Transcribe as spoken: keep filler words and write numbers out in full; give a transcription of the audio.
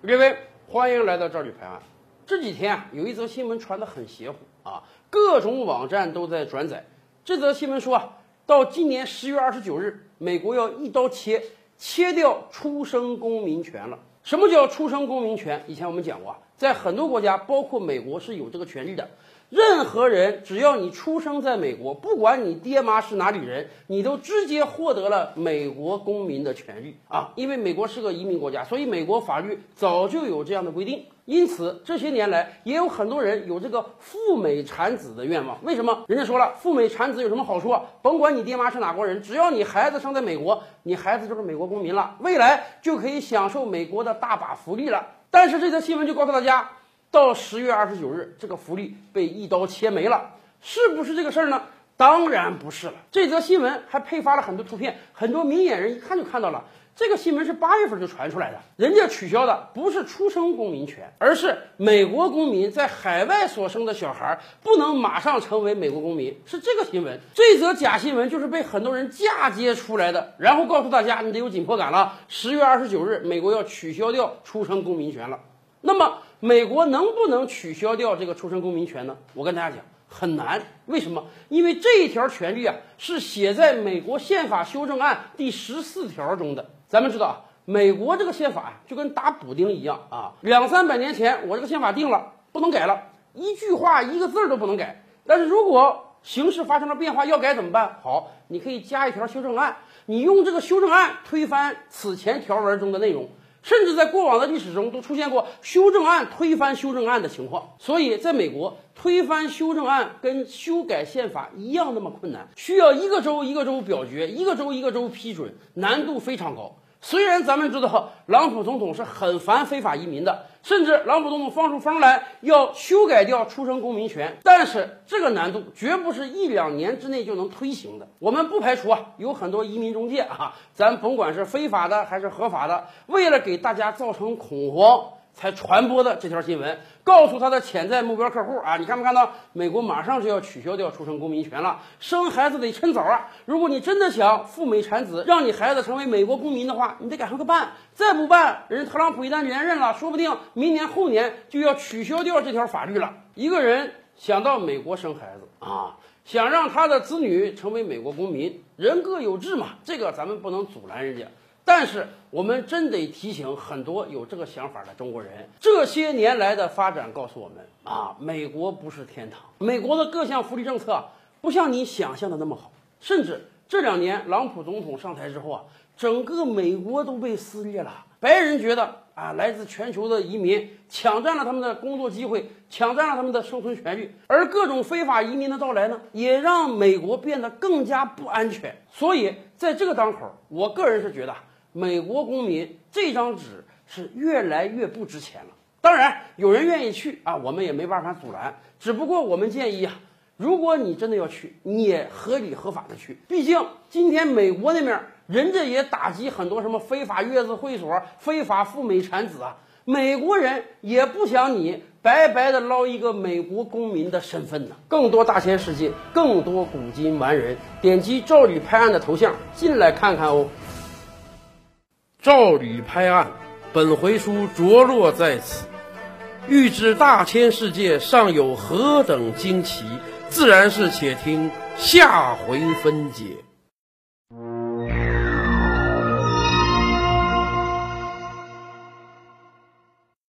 各位，欢迎来到赵吕拍案。这几天啊，有一则新闻传得很邪乎啊，各种网站都在转载。这则新闻说啊，到今年十月二十九日，美国要一刀切，切掉出生公民权了。什么叫出生公民权？以前我们讲过啊，在很多国家，包括美国是有这个权利的。任何人只要你出生在美国，不管你爹妈是哪里人，你都直接获得了美国公民的权利啊！因为美国是个移民国家，所以美国法律早就有这样的规定。因此，这些年来也有很多人有这个赴美产子的愿望。为什么？人家说了，赴美产子有什么好处啊？甭管你爹妈是哪国人，只要你孩子生在美国，你孩子就是美国公民了，未来就可以享受美国的大把福利了。但是这则新闻就告诉大家，到十月二十九日，这个福利被一刀切没了，是不是这个事儿呢？当然不是了。这则新闻还配发了很多图片，很多明眼人一看就看到了。这个新闻是八月份就传出来的，人家取消的不是出生公民权，而是美国公民在海外所生的小孩不能马上成为美国公民，是这个新闻。这则假新闻就是被很多人嫁接出来的，然后告诉大家你得有紧迫感了。十月二十九日，美国要取消掉出生公民权了。那么美国能不能取消掉这个出生公民权呢？我跟大家讲，很难。为什么？因为这一条权利啊是写在美国宪法修正案第十四条中的。咱们知道啊，美国这个宪法啊就跟打补丁一样啊，两三百年前我这个宪法定了，不能改了，一句话一个字儿都不能改。但是如果形势发生了变化，要改怎么办？好，你可以加一条修正案，你用这个修正案推翻此前条文中的内容。甚至在过往的历史中都出现过修正案推翻修正案的情况，所以在美国推翻修正案跟修改宪法一样那么困难，需要一个州一个州表决，一个州一个州批准，难度非常高。虽然咱们知道朗普总统是很烦非法移民的，甚至朗普总统放出风来要修改掉出生公民权，但是这个难度绝不是一两年之内就能推行的。我们不排除啊，有很多移民中介啊，咱甭管是非法的还是合法的，为了给大家造成恐慌才传播的这条新闻，告诉他的潜在目标客户啊，你看没看到美国马上就要取消掉出生公民权了，生孩子得趁早啊！如果你真的想赴美产子，让你孩子成为美国公民的话，你得赶上个办，再不办，人特朗普一旦连任了，说不定明年后年就要取消掉这条法律了。一个人想到美国生孩子啊，想让他的子女成为美国公民，人各有志嘛，这个咱们不能阻拦人家。但是我们真得提醒很多有这个想法的中国人，这些年来的发展告诉我们啊，美国不是天堂，美国的各项福利政策不像你想象的那么好，甚至这两年朗普总统上台之后啊，整个美国都被撕裂了。白人觉得啊，来自全球的移民抢占了他们的工作机会，抢占了他们的生存权利，而各种非法移民的到来呢，也让美国变得更加不安全。所以在这个当口，我个人是觉得美国公民这张纸是越来越不值钱了。当然有人愿意去啊，我们也没办法阻拦，只不过我们建议啊，如果你真的要去，你也合理合法的去。毕竟今天美国那边人家也打击很多什么非法月子会所、非法赴美产子啊，美国人也不想你白白的捞一个美国公民的身份呢。更多大千世界，更多古今完人，点击赵吕拍案的头像进来看看哦。赵吕拍案，本回书着落在此。欲知大千世界尚有何等惊奇，自然是且听下回分解。